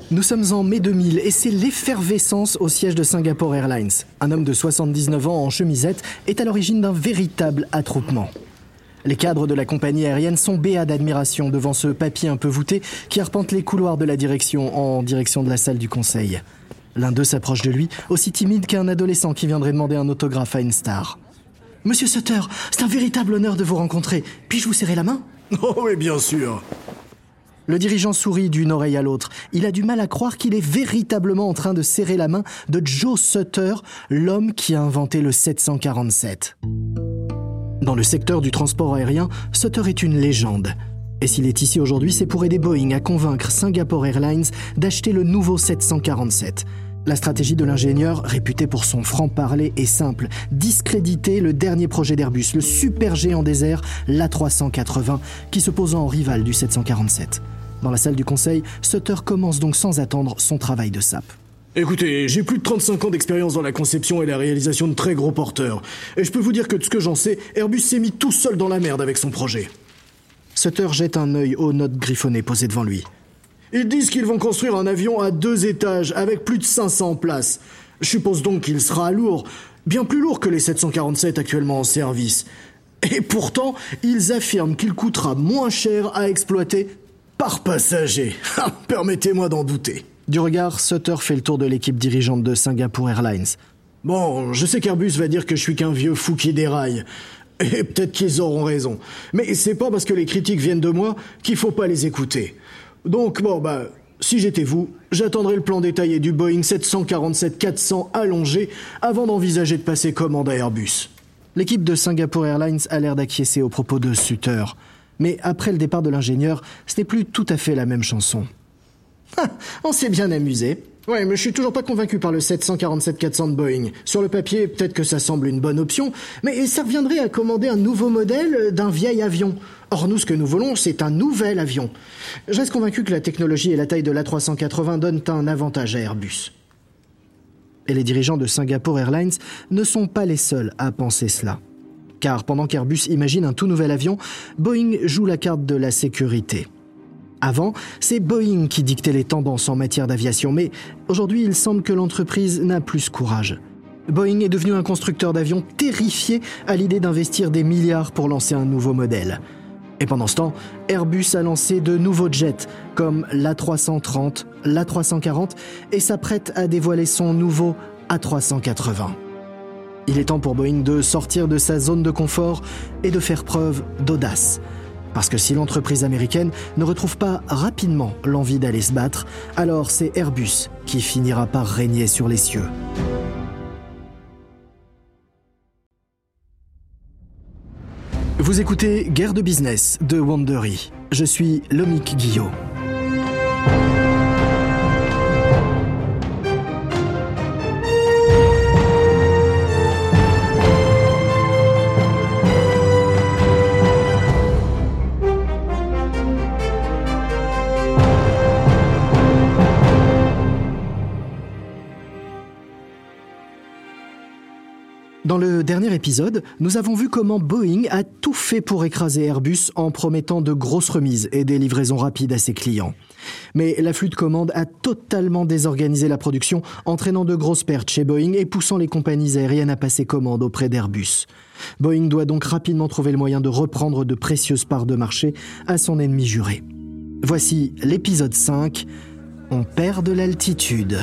Nous sommes en mai 2000 et c'est l'effervescence au siège de Singapore Airlines. Un homme de 79 ans en chemisette est à l'origine d'un véritable attroupement. Les cadres de la compagnie aérienne sont béats d'admiration devant ce papy un peu voûté qui arpente les couloirs de la direction en direction de la salle du conseil. L'un d'eux s'approche de lui, aussi timide qu'un adolescent qui viendrait demander un autographe à une star. « Monsieur Sutter, c'est un véritable honneur de vous rencontrer. Puis-je vous serrer la main ?» « Oh oui, bien sûr !» Le dirigeant sourit d'une oreille à l'autre. Il a du mal à croire qu'il est véritablement en train de serrer la main de Joe Sutter, l'homme qui a inventé le 747. Dans le secteur du transport aérien, Sutter est une légende. Et s'il est ici aujourd'hui, c'est pour aider Boeing à convaincre Singapore Airlines d'acheter le nouveau 747. La stratégie de l'ingénieur, réputé pour son franc-parler, est simple. Discréditer le dernier projet d'Airbus, le super géant des airs, l'A380, qui se pose en rival du 747. Dans la salle du conseil, Sutter commence donc sans attendre son travail de sape. Écoutez, j'ai plus de 35 ans d'expérience dans la conception et la réalisation de très gros porteurs. Et je peux vous dire que de ce que j'en sais, Airbus s'est mis tout seul dans la merde avec son projet. Sutter jette un œil aux notes griffonnées posées devant lui. Ils disent qu'ils vont construire un avion à 2 étages avec plus de 500 places. Je suppose donc qu'il sera lourd, bien plus lourd que les 747 actuellement en service. Et pourtant, ils affirment qu'il coûtera moins cher à exploiter par passager. Permettez-moi d'en douter. Du regard, Sutter fait le tour de l'équipe dirigeante de Singapore Airlines. Bon, je sais qu'Airbus va dire que je suis qu'un vieux fou qui déraille. Et peut-être qu'ils auront raison. Mais c'est pas parce que les critiques viennent de moi qu'il faut pas les écouter. Donc si j'étais vous, j'attendrais le plan détaillé du Boeing 747-400 allongé avant d'envisager de passer commande à Airbus. L'équipe de Singapore Airlines a l'air d'acquiescer aux propos de Sutter. Mais après le départ de l'ingénieur, ce n'est plus tout à fait la même chanson. On s'est bien amusé. Ouais, mais je suis toujours pas convaincu par le 747-400 de Boeing. Sur le papier, peut-être que ça semble une bonne option, mais ça reviendrait à commander un nouveau modèle d'un vieil avion. Or, nous, ce que nous voulons, c'est un nouvel avion. Je reste convaincu que la technologie et la taille de l'A380 donnent un avantage à Airbus. Et les dirigeants de Singapore Airlines ne sont pas les seuls à penser cela. Car pendant qu'Airbus imagine un tout nouvel avion, Boeing joue la carte de la sécurité. Avant, c'est Boeing qui dictait les tendances en matière d'aviation, mais aujourd'hui, il semble que l'entreprise n'a plus ce courage. Boeing est devenu un constructeur d'avions terrifié à l'idée d'investir des milliards pour lancer un nouveau modèle. Et pendant ce temps, Airbus a lancé de nouveaux jets, comme l'A330, l'A340, et s'apprête à dévoiler son nouveau A380. Il est temps pour Boeing de sortir de sa zone de confort et de faire preuve d'audace. Parce que si l'entreprise américaine ne retrouve pas rapidement l'envie d'aller se battre, alors c'est Airbus qui finira par régner sur les cieux. Vous écoutez Guerre de business de Wandery. Je suis Lomik Guillot. Dans le dernier épisode, nous avons vu comment Boeing a tout fait pour écraser Airbus en promettant de grosses remises et des livraisons rapides à ses clients. Mais l'afflux de commandes a totalement désorganisé la production, entraînant de grosses pertes chez Boeing et poussant les compagnies aériennes à passer commande auprès d'Airbus. Boeing doit donc rapidement trouver le moyen de reprendre de précieuses parts de marché à son ennemi juré. Voici l'épisode 5, on perd de l'altitude.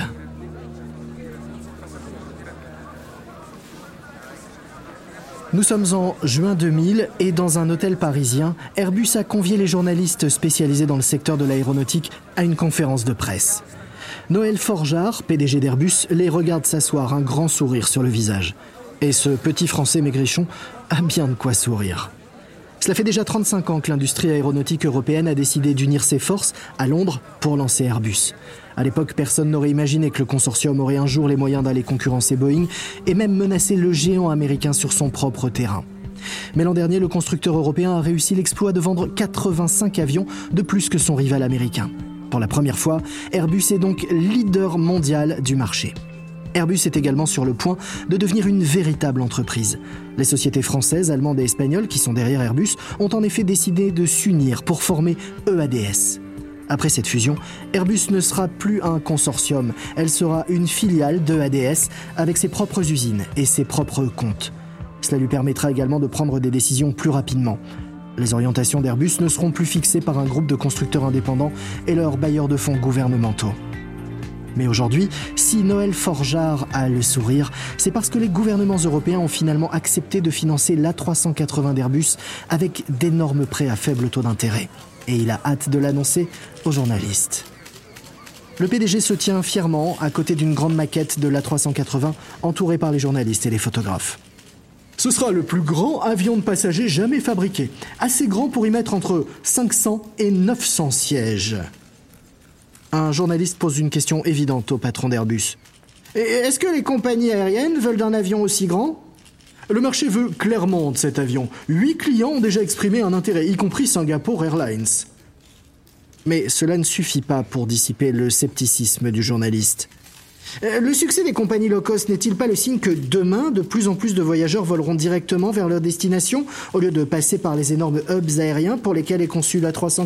Nous sommes en juin 2000 et dans un hôtel parisien, Airbus a convié les journalistes spécialisés dans le secteur de l'aéronautique à une conférence de presse. Noël Forgeard, PDG d'Airbus, les regarde s'asseoir, un grand sourire sur le visage. Et ce petit Français maigrichon a bien de quoi sourire. Cela fait déjà 35 ans que l'industrie aéronautique européenne a décidé d'unir ses forces à Londres pour lancer Airbus. À l'époque, personne n'aurait imaginé que le consortium aurait un jour les moyens d'aller concurrencer Boeing et même menacer le géant américain sur son propre terrain. Mais l'an dernier, le constructeur européen a réussi l'exploit de vendre 85 avions de plus que son rival américain. Pour la première fois, Airbus est donc leader mondial du marché. Airbus est également sur le point de devenir une véritable entreprise. Les sociétés françaises, allemandes et espagnoles qui sont derrière Airbus ont en effet décidé de s'unir pour former EADS. Après cette fusion, Airbus ne sera plus un consortium, elle sera une filiale de ADS avec ses propres usines et ses propres comptes. Cela lui permettra également de prendre des décisions plus rapidement. Les orientations d'Airbus ne seront plus fixées par un groupe de constructeurs indépendants et leurs bailleurs de fonds gouvernementaux. Mais aujourd'hui, si Noël Forgeard a le sourire, c'est parce que les gouvernements européens ont finalement accepté de financer l'A380 d'Airbus avec d'énormes prêts à faible taux d'intérêt. Et il a hâte de l'annoncer aux journalistes. Le PDG se tient fièrement à côté d'une grande maquette de l'A380, entouré par les journalistes et les photographes. Ce sera le plus grand avion de passagers jamais fabriqué. Assez grand pour y mettre entre 500 et 900 sièges. Un journaliste pose une question évidente au patron d'Airbus. Et est-ce que les compagnies aériennes veulent d'un avion aussi grand ? Le marché veut clairement de cet avion. 8 clients ont déjà exprimé un intérêt, y compris Singapore Airlines. Mais cela ne suffit pas pour dissiper le scepticisme du journaliste. Le succès des compagnies low-cost n'est-il pas le signe que demain, de plus en plus de voyageurs voleront directement vers leur destination, au lieu de passer par les énormes hubs aériens pour lesquels est conçue l'A380 ?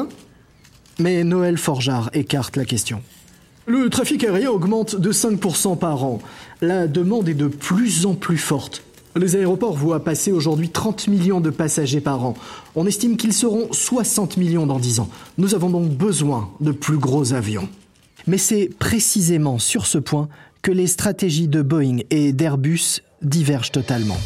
Mais Noël Forgeard écarte la question. Le trafic aérien augmente de 5% par an. La demande est de plus en plus forte. Les aéroports voient passer aujourd'hui 30 millions de passagers par an. On estime qu'ils seront 60 millions dans 10 ans. Nous avons donc besoin de plus gros avions. Mais c'est précisément sur ce point que les stratégies de Boeing et d'Airbus divergent totalement.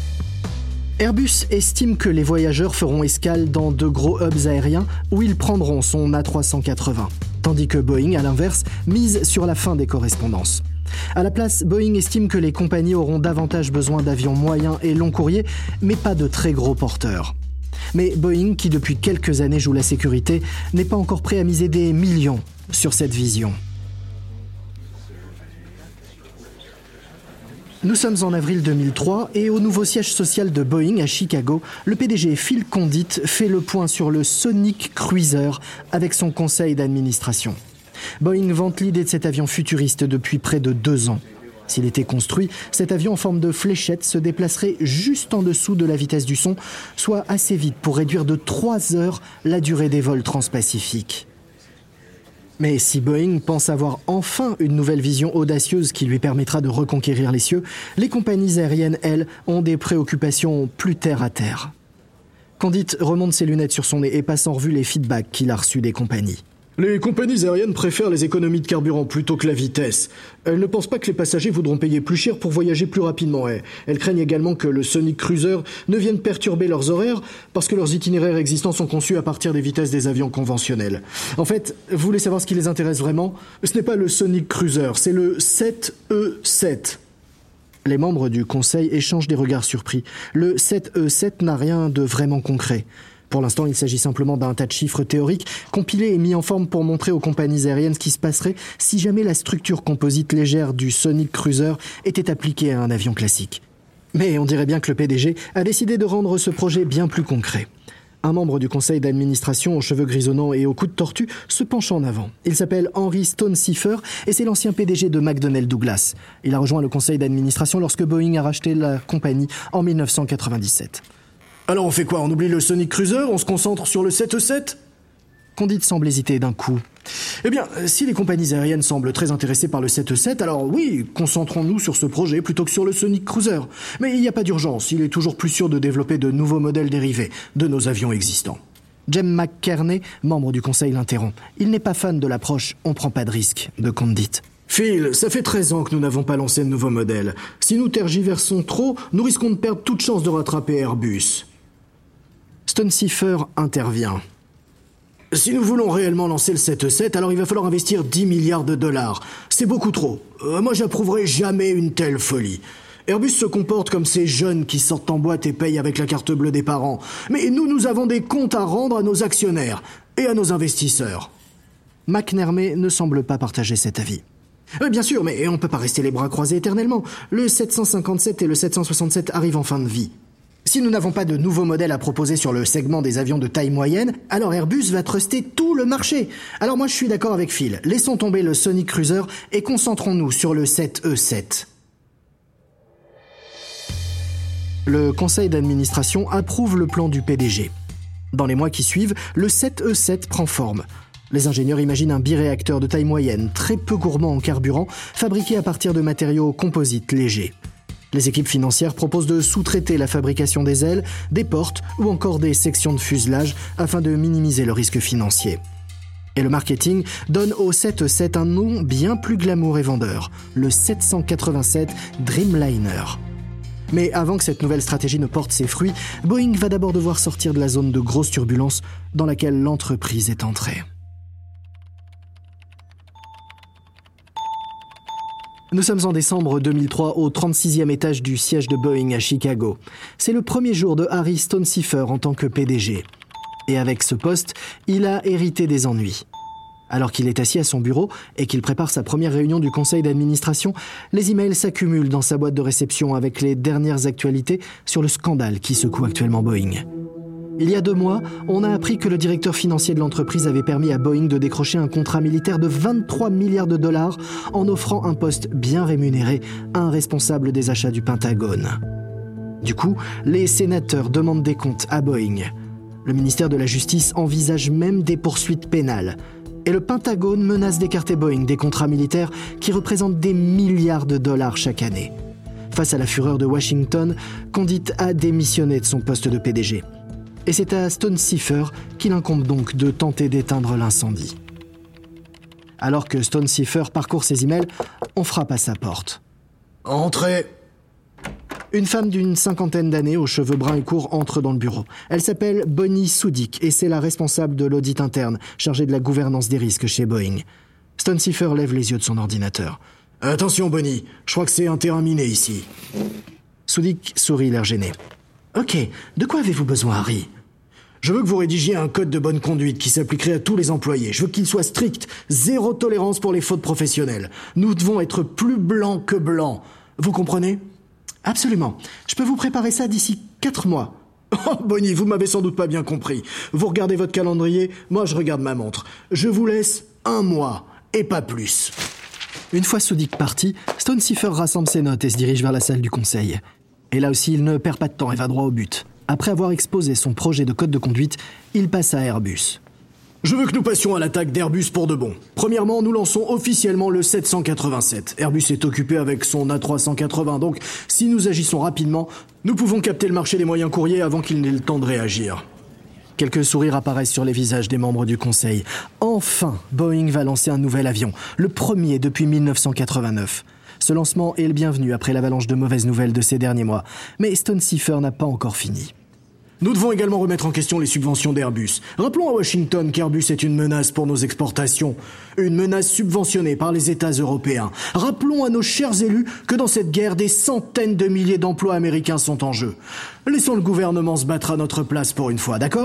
Airbus estime que les voyageurs feront escale dans de gros hubs aériens où ils prendront son A380, tandis que Boeing, à l'inverse, mise sur la fin des correspondances. À la place, Boeing estime que les compagnies auront davantage besoin d'avions moyens et long courriers, mais pas de très gros porteurs. Mais Boeing, qui depuis quelques années joue la sécurité, n'est pas encore prêt à miser des millions sur cette vision. Nous sommes en avril 2003 et au nouveau siège social de Boeing à Chicago, le PDG Phil Condit fait le point sur le Sonic Cruiser avec son conseil d'administration. Boeing vante l'idée de cet avion futuriste depuis près de 2 ans. S'il était construit, cet avion en forme de fléchette se déplacerait juste en dessous de la vitesse du son, soit assez vite pour réduire de 3 heures la durée des vols transpacifiques. Mais si Boeing pense avoir enfin une nouvelle vision audacieuse qui lui permettra de reconquérir les cieux, les compagnies aériennes, elles, ont des préoccupations plus terre à terre. Condit remonte ses lunettes sur son nez et passe en revue les feedbacks qu'il a reçus des compagnies. Les compagnies aériennes préfèrent les économies de carburant plutôt que la vitesse. Elles ne pensent pas que les passagers voudront payer plus cher pour voyager plus rapidement. Elles craignent également que le Sonic Cruiser ne vienne perturber leurs horaires parce que leurs itinéraires existants sont conçus à partir des vitesses des avions conventionnels. En fait, vous voulez savoir ce qui les intéresse vraiment ? Ce n'est pas le Sonic Cruiser, c'est le 7E7. Les membres du conseil échangent des regards surpris. Le 7E7 n'a rien de vraiment concret. Pour l'instant, il s'agit simplement d'un tas de chiffres théoriques compilés et mis en forme pour montrer aux compagnies aériennes ce qui se passerait si jamais la structure composite légère du Sonic Cruiser était appliquée à un avion classique. Mais on dirait bien que le PDG a décidé de rendre ce projet bien plus concret. Un membre du conseil d'administration aux cheveux grisonnants et au cou de tortue se penche en avant. Il s'appelle Henry Stonesifer et c'est l'ancien PDG de McDonnell Douglas. Il a rejoint le conseil d'administration lorsque Boeing a racheté la compagnie en 1997. Alors on fait quoi ? On oublie le Sonic Cruiser ? On se concentre sur le 7E7 ? Condit semble hésiter d'un coup. Eh bien, si les compagnies aériennes semblent très intéressées par le 7E7, alors oui, concentrons-nous sur ce projet plutôt que sur le Sonic Cruiser. Mais il n'y a pas d'urgence, il est toujours plus sûr de développer de nouveaux modèles dérivés de nos avions existants. Jem McKerney, membre du conseil, l'interrompt. Il n'est pas fan de l'approche « on prend pas de risque » de Condit. Phil, ça fait 13 ans que nous n'avons pas lancé de nouveaux modèles. Si nous tergiversons trop, nous risquons de perdre toute chance de rattraper Airbus. Stonesifer intervient. Si nous voulons réellement lancer le 7E7, alors il va falloir investir 10 milliards de dollars. C'est beaucoup trop. Moi, j'approuverai jamais une telle folie. Airbus se comporte comme ces jeunes qui sortent en boîte et payent avec la carte bleue des parents. Mais nous avons des comptes à rendre à nos actionnaires et à nos investisseurs. McNerney ne semble pas partager cet avis. Bien sûr, mais on ne peut pas rester les bras croisés éternellement. Le 757 et le 767 arrivent en fin de vie. Si nous n'avons pas de nouveaux modèles à proposer sur le segment des avions de taille moyenne, alors Airbus va truster tout le marché. Alors moi je suis d'accord avec Phil, laissons tomber le Sonic Cruiser et concentrons-nous sur le 7E7. Le conseil d'administration approuve le plan du PDG. Dans les mois qui suivent, le 7E7 prend forme. Les ingénieurs imaginent un biréacteur de taille moyenne, très peu gourmand en carburant, fabriqué à partir de matériaux composites légers. Les équipes financières proposent de sous-traiter la fabrication des ailes, des portes ou encore des sections de fuselage afin de minimiser le risque financier. Et le marketing donne au 7-7 un nom bien plus glamour et vendeur, le 787 Dreamliner. Mais avant que cette nouvelle stratégie ne porte ses fruits, Boeing va d'abord devoir sortir de la zone de grosse turbulence dans laquelle l'entreprise est entrée. Nous sommes en décembre 2003 au 36e étage du siège de Boeing à Chicago. C'est le premier jour de Harry Stonesifer en tant que PDG. Et avec ce poste, il a hérité des ennuis. Alors qu'il est assis à son bureau et qu'il prépare sa première réunion du conseil d'administration, les emails s'accumulent dans sa boîte de réception avec les dernières actualités sur le scandale qui secoue actuellement Boeing. Il y a 2 mois, on a appris que le directeur financier de l'entreprise avait permis à Boeing de décrocher un contrat militaire de 23 milliards de dollars en offrant un poste bien rémunéré à un responsable des achats du Pentagone. Du coup, les sénateurs demandent des comptes à Boeing. Le ministère de la Justice envisage même des poursuites pénales. Et le Pentagone menace d'écarter Boeing des contrats militaires qui représentent des milliards de dollars chaque année. Face à la fureur de Washington, Condit a démissionné de son poste de PDG. Et c'est à Stonesifer qu'il incombe donc de tenter d'éteindre l'incendie. Alors que Stonesifer parcourt ses emails, on frappe à sa porte. « Entrez !» Une femme d'une 50aine d'années, aux cheveux bruns et courts, entre dans le bureau. Elle s'appelle Bonnie Sudik et c'est la responsable de l'audit interne, chargée de la gouvernance des risques chez Boeing. Stonesifer lève les yeux de son ordinateur. « Attention Bonnie, je crois que c'est un terrain miné ici. » Sudik sourit l'air gêné. « Ok, de quoi avez-vous besoin, Harry ?» Je veux que vous rédigiez un code de bonne conduite qui s'appliquerait à tous les employés. Je veux qu'il soit strict, 0 tolérance pour les fautes professionnelles. Nous devons être plus blancs que blancs. Vous comprenez ? Absolument. Je peux vous préparer ça d'ici 4 mois. Oh, Bonnie, vous m'avez sans doute pas bien compris. Vous regardez votre calendrier, moi je regarde ma montre. Je vous laisse 1 mois, et pas plus. Une fois Sudik parti, Stonesifer rassemble ses notes et se dirige vers la salle du conseil. Et là aussi, il ne perd pas de temps et va droit au but. Après avoir exposé son projet de code de conduite, il passe à Airbus. Je veux que nous passions à l'attaque d'Airbus pour de bon. Premièrement, nous lançons officiellement le 787. Airbus est occupé avec son A380, donc si nous agissons rapidement, nous pouvons capter le marché des moyens courriers avant qu'il n'ait le temps de réagir. Quelques sourires apparaissent sur les visages des membres du conseil. Enfin, Boeing va lancer un nouvel avion, le premier depuis 1989. Ce lancement est le bienvenu après l'avalanche de mauvaises nouvelles de ces derniers mois. Mais Stonesifer n'a pas encore fini. Nous devons également remettre en question les subventions d'Airbus. Rappelons à Washington qu'Airbus est une menace pour nos exportations. Une menace subventionnée par les États européens. Rappelons à nos chers élus que dans cette guerre, des centaines de milliers d'emplois américains sont en jeu. Laissons le gouvernement se battre à notre place pour une fois, d'accord ?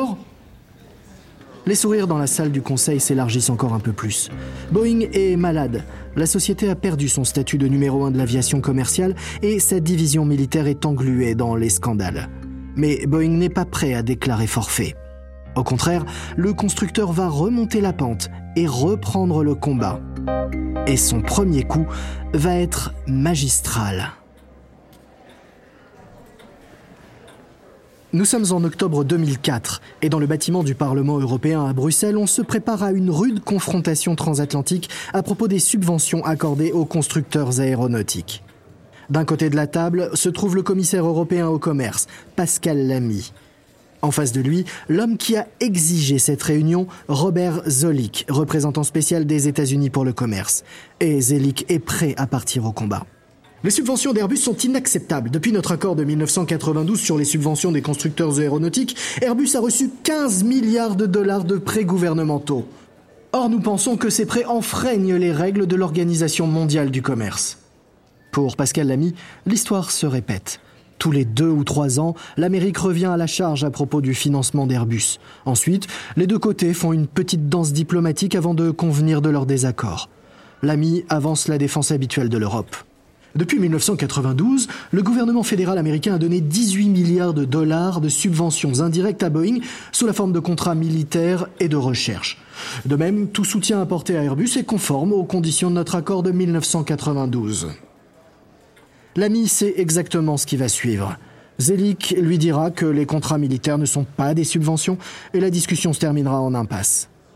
Les sourires dans la salle du conseil s'élargissent encore un peu plus. Boeing est malade. La société a perdu son statut de numéro 1 de l'aviation commerciale et sa division militaire est engluée dans les scandales. Mais Boeing n'est pas prêt à déclarer forfait. Au contraire, le constructeur va remonter la pente et reprendre le combat. Et son premier coup va être magistral. Nous sommes en octobre 2004 et dans le bâtiment du Parlement européen à Bruxelles, on se prépare à une rude confrontation transatlantique à propos des subventions accordées aux constructeurs aéronautiques. D'un côté de la table se trouve le commissaire européen au commerce, Pascal Lamy. En face de lui, l'homme qui a exigé cette réunion, Robert Zoellick, représentant spécial des États-Unis pour le commerce. Et Zoellick est prêt à partir au combat. Les subventions d'Airbus sont inacceptables. Depuis notre accord de 1992 sur les subventions des constructeurs aéronautiques, Airbus a reçu 15 milliards de dollars de prêts gouvernementaux. Or, nous pensons que ces prêts enfreignent les règles de l'Organisation mondiale du commerce. Pour Pascal Lamy, l'histoire se répète. Tous les 2 ou 3 ans, l'Amérique revient à la charge à propos du financement d'Airbus. Ensuite, les deux côtés font une petite danse diplomatique avant de convenir de leur désaccord. Lamy avance la défense habituelle de l'Europe. Depuis 1992, le gouvernement fédéral américain a donné 18 milliards de dollars de subventions indirectes à Boeing sous la forme de contrats militaires et de recherche. De même, tout soutien apporté à Airbus est conforme aux conditions de notre accord de 1992. Lamy sait exactement ce qui va suivre. Zoellick lui dira que les contrats militaires ne sont pas des subventions et la discussion se terminera en impasse.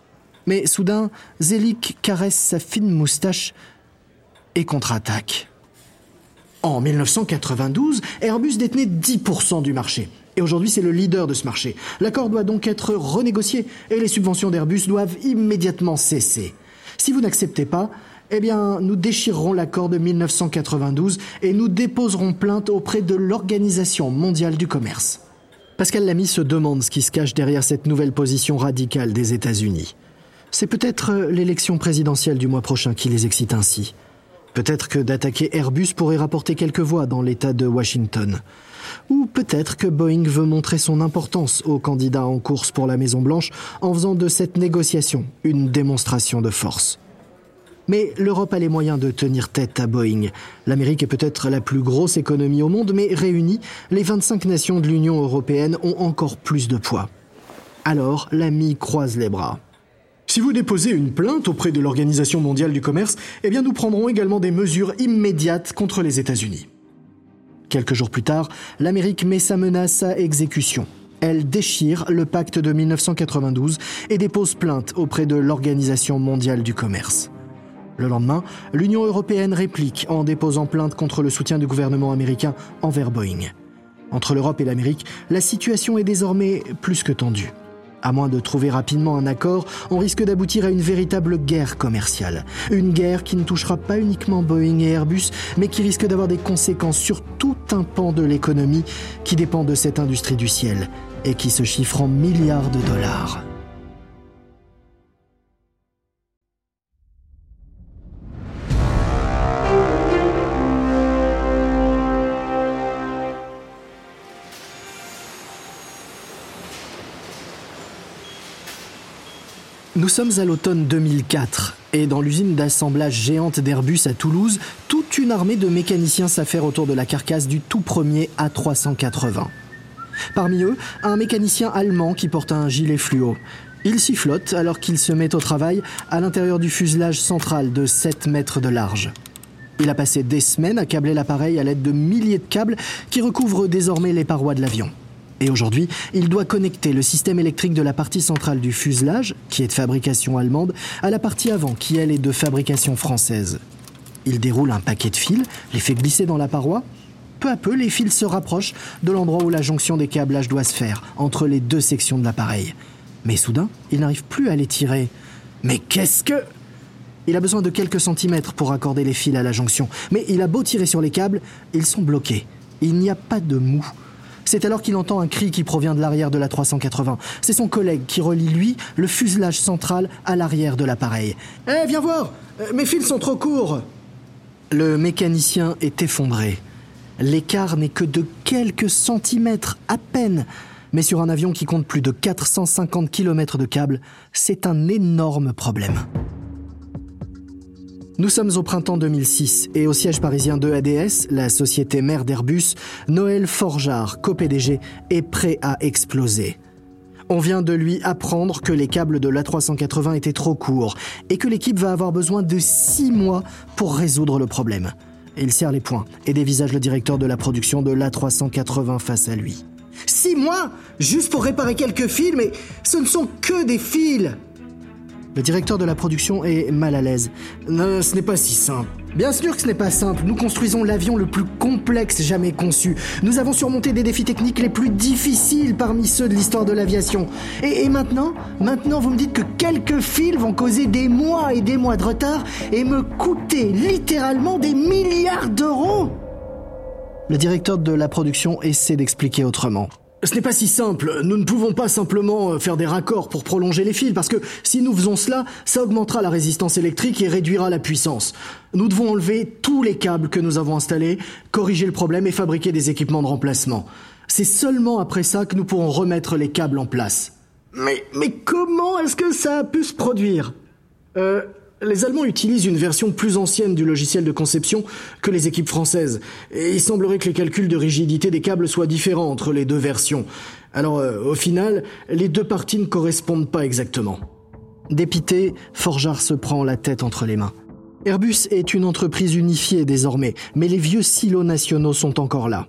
Mais soudain, Zelig caresse sa fine moustache et contre-attaque. En 1992, Airbus détenait 10% du marché. Et aujourd'hui, c'est le leader de ce marché. L'accord doit donc être renégocié et les subventions d'Airbus doivent immédiatement cesser. Si vous n'acceptez pas, eh bien, nous déchirerons l'accord de 1992 et nous déposerons plainte auprès de l'Organisation mondiale du commerce. Pascal Lamy se demande ce qui se cache derrière cette nouvelle position radicale des États-Unis. C'est peut-être l'élection présidentielle du mois prochain qui les excite ainsi. Peut-être que d'attaquer Airbus pourrait rapporter quelques voix dans l'État de Washington. Ou peut-être que Boeing veut montrer son importance aux candidats en course pour la Maison-Blanche en faisant de cette négociation une démonstration de force. Mais l'Europe a les moyens de tenir tête à Boeing. L'Amérique est peut-être la plus grosse économie au monde, mais réunis, les 25 nations de l'Union européenne ont encore plus de poids. Alors, Lamy croise les bras. Si vous déposez une plainte auprès de l'Organisation mondiale du commerce, eh bien nous prendrons également des mesures immédiates contre les États-Unis. Quelques jours plus tard, l'Amérique met sa menace à exécution. Elle déchire le pacte de 1992 et dépose plainte auprès de l'Organisation mondiale du commerce. Le lendemain, l'Union européenne réplique en déposant plainte contre le soutien du gouvernement américain envers Boeing. Entre l'Europe et l'Amérique, la situation est désormais plus que tendue. À moins de trouver rapidement un accord, on risque d'aboutir à une véritable guerre commerciale. Une guerre qui ne touchera pas uniquement Boeing et Airbus, mais qui risque d'avoir des conséquences sur tout un pan de l'économie qui dépend de cette industrie du ciel et qui se chiffre en milliards de dollars. Nous sommes à l'automne 2004 et dans l'usine d'assemblage géante d'Airbus à Toulouse, toute une armée de mécaniciens s'affaire autour de la carcasse du tout premier A380. Parmi eux, un mécanicien allemand qui porte un gilet fluo. Il sifflote alors qu'il se met au travail à l'intérieur du fuselage central de 7 mètres de large. Il a passé des semaines à câbler l'appareil à l'aide de milliers de câbles qui recouvrent désormais les parois de l'avion. Et aujourd'hui, il doit connecter le système électrique de la partie centrale du fuselage, qui est de fabrication allemande, à la partie avant, qui elle est de fabrication française. Il déroule un paquet de fils, les fait glisser dans la paroi. Peu à peu, les fils se rapprochent de l'endroit où la jonction des câblages doit se faire, entre les deux sections de l'appareil. Mais soudain, il n'arrive plus à les tirer. Mais qu'est-ce que... Il a besoin de quelques centimètres pour accorder les fils à la jonction. Mais il a beau tirer sur les câbles, ils sont bloqués. Il n'y a pas de mou. C'est alors qu'il entend un cri qui provient de l'arrière de la 380. C'est son collègue qui relie, lui, le fuselage central à l'arrière de l'appareil. « Eh, viens voir! Mes fils sont trop courts !» Le mécanicien est effondré. L'écart n'est que de quelques centimètres, à peine. Mais sur un avion qui compte plus de 450 km de câbles, c'est un énorme problème. Nous sommes au printemps 2006 et au siège parisien de ADS, la société mère d'Airbus, Noël Forgeard, co-PDG, est prêt à exploser. On vient de lui apprendre que les câbles de l'A380 étaient trop courts et que l'équipe va avoir besoin de 6 mois pour résoudre le problème. Il serre les poings et dévisage le directeur de la production de l'A380 face à lui. 6 mois? Juste pour réparer quelques fils, mais ce ne sont que des fils! Le directeur de la production est mal à l'aise. Non, ce n'est pas si simple. Bien sûr que ce n'est pas simple. Nous construisons l'avion le plus complexe jamais conçu. Nous avons surmonté des défis techniques les plus difficiles parmi ceux de l'histoire de l'aviation. Et maintenant, vous me dites que quelques fils vont causer des mois et des mois de retard et me coûter littéralement des milliards d'euros. Le directeur de la production essaie d'expliquer autrement. Ce n'est pas si simple. Nous ne pouvons pas simplement faire des raccords pour prolonger les fils, parce que si nous faisons cela, ça augmentera la résistance électrique et réduira la puissance. Nous devons enlever tous les câbles que nous avons installés, corriger le problème et fabriquer des équipements de remplacement. C'est seulement après ça que nous pourrons remettre les câbles en place. Mais comment est-ce que ça a pu se produire ? Les Allemands utilisent une version plus ancienne du logiciel de conception que les équipes françaises. Et il semblerait que les calculs de rigidité des câbles soient différents entre les deux versions. Alors, au final, les deux parties ne correspondent pas exactement. Dépité, Forgeard se prend la tête entre les mains. Airbus est une entreprise unifiée désormais, mais les vieux silos nationaux sont encore là.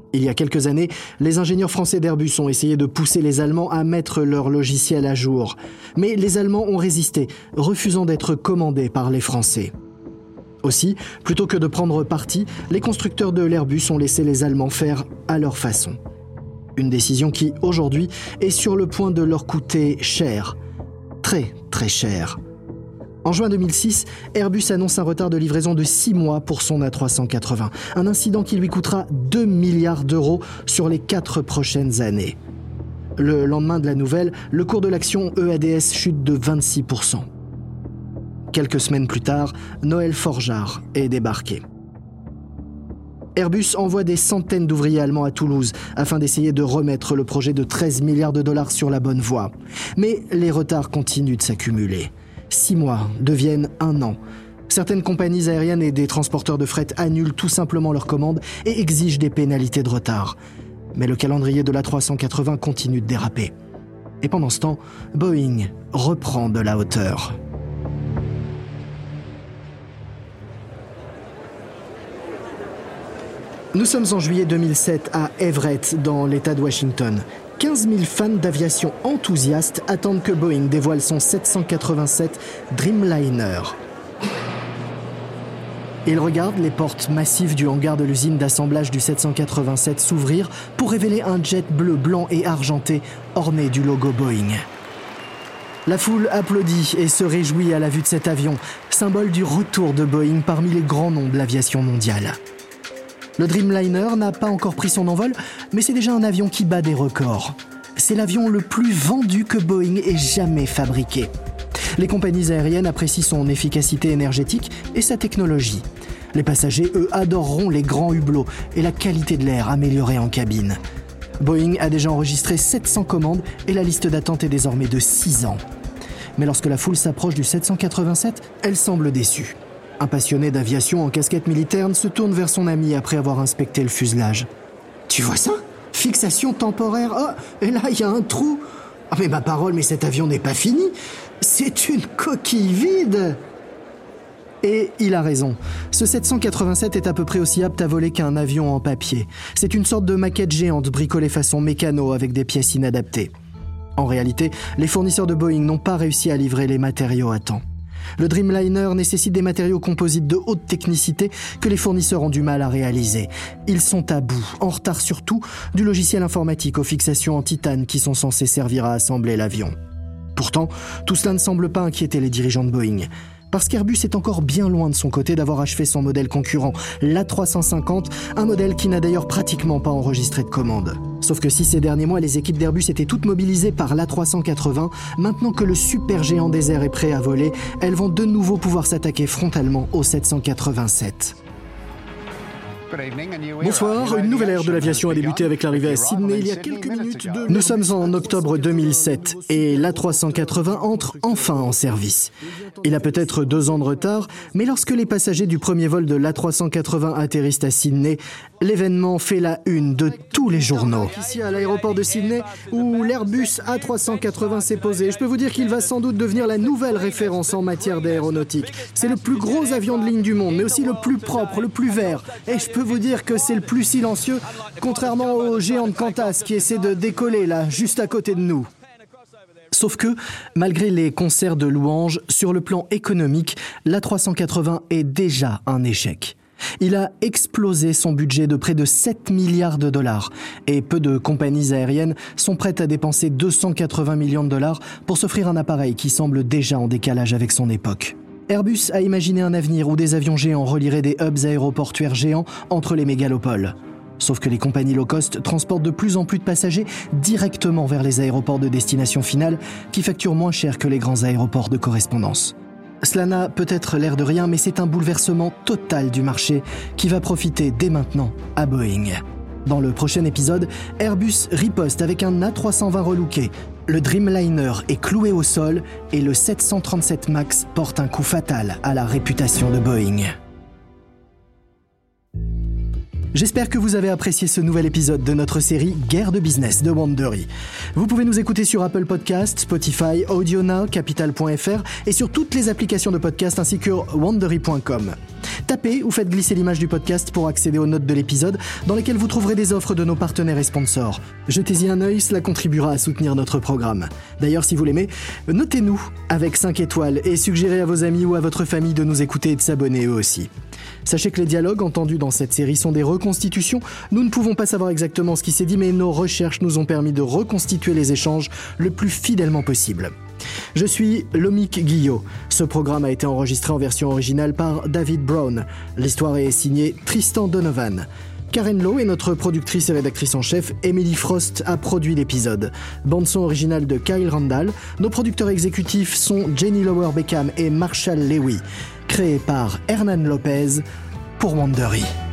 Il y a quelques années, les ingénieurs français d'Airbus ont essayé de pousser les Allemands à mettre leur logiciel à jour. Mais les Allemands ont résisté, refusant d'être commandés par les Français. Aussi, plutôt que de prendre parti, les constructeurs de l'Airbus ont laissé les Allemands faire à leur façon. Une décision qui, aujourd'hui, est sur le point de leur coûter cher. Très, très cher. En juin 2006, Airbus annonce un retard de livraison de 6 mois pour son A380. Un incident qui lui coûtera 2 milliards d'euros sur les 4 prochaines années. Le lendemain de la nouvelle, le cours de l'action EADS chute de 26%. Quelques semaines plus tard, Noël Forgeard est débarqué. Airbus envoie des centaines d'ouvriers allemands à Toulouse afin d'essayer de remettre le projet de 13 milliards de dollars sur la bonne voie. Mais les retards continuent de s'accumuler. 6 mois deviennent 1 an. Certaines compagnies aériennes et des transporteurs de fret annulent tout simplement leurs commandes et exigent des pénalités de retard. Mais le calendrier de l'A380 continue de déraper. Et pendant ce temps, Boeing reprend de la hauteur. Nous sommes en juillet 2007 à Everett, dans l'État de Washington. 15 000 fans d'aviation enthousiastes attendent que Boeing dévoile son 787 Dreamliner. Ils regardent les portes massives du hangar de l'usine d'assemblage du 787 s'ouvrir pour révéler un jet bleu, blanc et argenté orné du logo Boeing. La foule applaudit et se réjouit à la vue de cet avion, symbole du retour de Boeing parmi les grands noms de l'aviation mondiale. Le Dreamliner n'a pas encore pris son envol, mais c'est déjà un avion qui bat des records. C'est l'avion le plus vendu que Boeing ait jamais fabriqué. Les compagnies aériennes apprécient son efficacité énergétique et sa technologie. Les passagers, eux, adoreront les grands hublots et la qualité de l'air améliorée en cabine. Boeing a déjà enregistré 700 commandes et la liste d'attente est désormais de 6 ans. Mais lorsque la foule s'approche du 787, elle semble déçue. Un passionné d'aviation en casquette militaire se tourne vers son ami après avoir inspecté le fuselage. « Tu vois ça ? Fixation temporaire. Oh, et là, il y a un trou. Ah, mais ma parole, mais cet avion n'est pas fini. C'est une coquille vide !» Et il a raison. Ce 787 est à peu près aussi apte à voler qu'un avion en papier. C'est une sorte de maquette géante bricolée façon mécano avec des pièces inadaptées. En réalité, les fournisseurs de Boeing n'ont pas réussi à livrer les matériaux à temps. Le Dreamliner nécessite des matériaux composites de haute technicité que les fournisseurs ont du mal à réaliser. Ils sont à bout, en retard surtout, du logiciel informatique aux fixations en titane qui sont censés servir à assembler l'avion. Pourtant, tout cela ne semble pas inquiéter les dirigeants de Boeing. Parce qu'Airbus est encore bien loin de son côté d'avoir achevé son modèle concurrent, l'A350, un modèle qui n'a d'ailleurs pratiquement pas enregistré de commande. Sauf que si ces derniers mois, les équipes d'Airbus étaient toutes mobilisées par l'A380, maintenant que le super géant des airs est prêt à voler, elles vont de nouveau pouvoir s'attaquer frontalement au 787. Bonsoir, une nouvelle ère de l'aviation a débuté avec l'arrivée à Sydney il y a quelques minutes. Nous sommes en octobre 2007 et l'A380 entre enfin en service. Il a peut-être 2 ans de retard, mais lorsque les passagers du premier vol de l'A380 atterrissent à Sydney, l'événement fait la une de tous les journaux. Ici à l'aéroport de Sydney, où l'Airbus A380 s'est posé, je peux vous dire qu'il va sans doute devenir la nouvelle référence en matière d'aéronautique. C'est le plus gros avion de ligne du monde, mais aussi le plus propre, le plus vert. Et je peux vous dire que c'est le plus silencieux, contrairement au géant de Qantas qui essaie de décoller là, juste à côté de nous. Sauf que, malgré les concerts de louanges, sur le plan économique, l'A380 est déjà un échec. Il a explosé son budget de près de 7 milliards de dollars et peu de compagnies aériennes sont prêtes à dépenser 280 millions de dollars pour s'offrir un appareil qui semble déjà en décalage avec son époque. Airbus a imaginé un avenir où des avions géants relieraient des hubs aéroportuaires géants entre les mégalopoles. Sauf que les compagnies low-cost transportent de plus en plus de passagers directement vers les aéroports de destination finale qui facturent moins cher que les grands aéroports de correspondance. Cela n'a peut-être l'air de rien, mais c'est un bouleversement total du marché qui va profiter dès maintenant à Boeing. Dans le prochain épisode, Airbus riposte avec un A320 relooké. Le Dreamliner est cloué au sol et le 737 MAX porte un coup fatal à la réputation de Boeing. J'espère que vous avez apprécié ce nouvel épisode de notre série Guerre de business de Wandery. Vous pouvez nous écouter sur Apple Podcasts, Spotify, AudioNow, Capital.fr et sur toutes les applications de podcast ainsi que wandery.com. Tapez ou faites glisser l'image du podcast pour accéder aux notes de l'épisode dans lesquelles vous trouverez des offres de nos partenaires et sponsors. Jetez-y un œil, cela contribuera à soutenir notre programme. D'ailleurs, si vous l'aimez, notez-nous avec 5 étoiles et suggérez à vos amis ou à votre famille de nous écouter et de s'abonner eux aussi. Sachez que les dialogues entendus dans cette série sont des reconstitutions. Nous ne pouvons pas savoir exactement ce qui s'est dit, mais nos recherches nous ont permis de reconstituer les échanges le plus fidèlement possible. Je suis Lomik Guillot. Ce programme a été enregistré en version originale par David Brown. L'histoire est signée Tristan Donovan. Karen Lowe est notre productrice et rédactrice en chef. Emily Frost a produit l'épisode. Bande-son originale de Kyle Randall. Nos producteurs exécutifs sont Jenny Lower Beckham et Marshall Lewy. Créé par Hernan Lopez pour Wandery.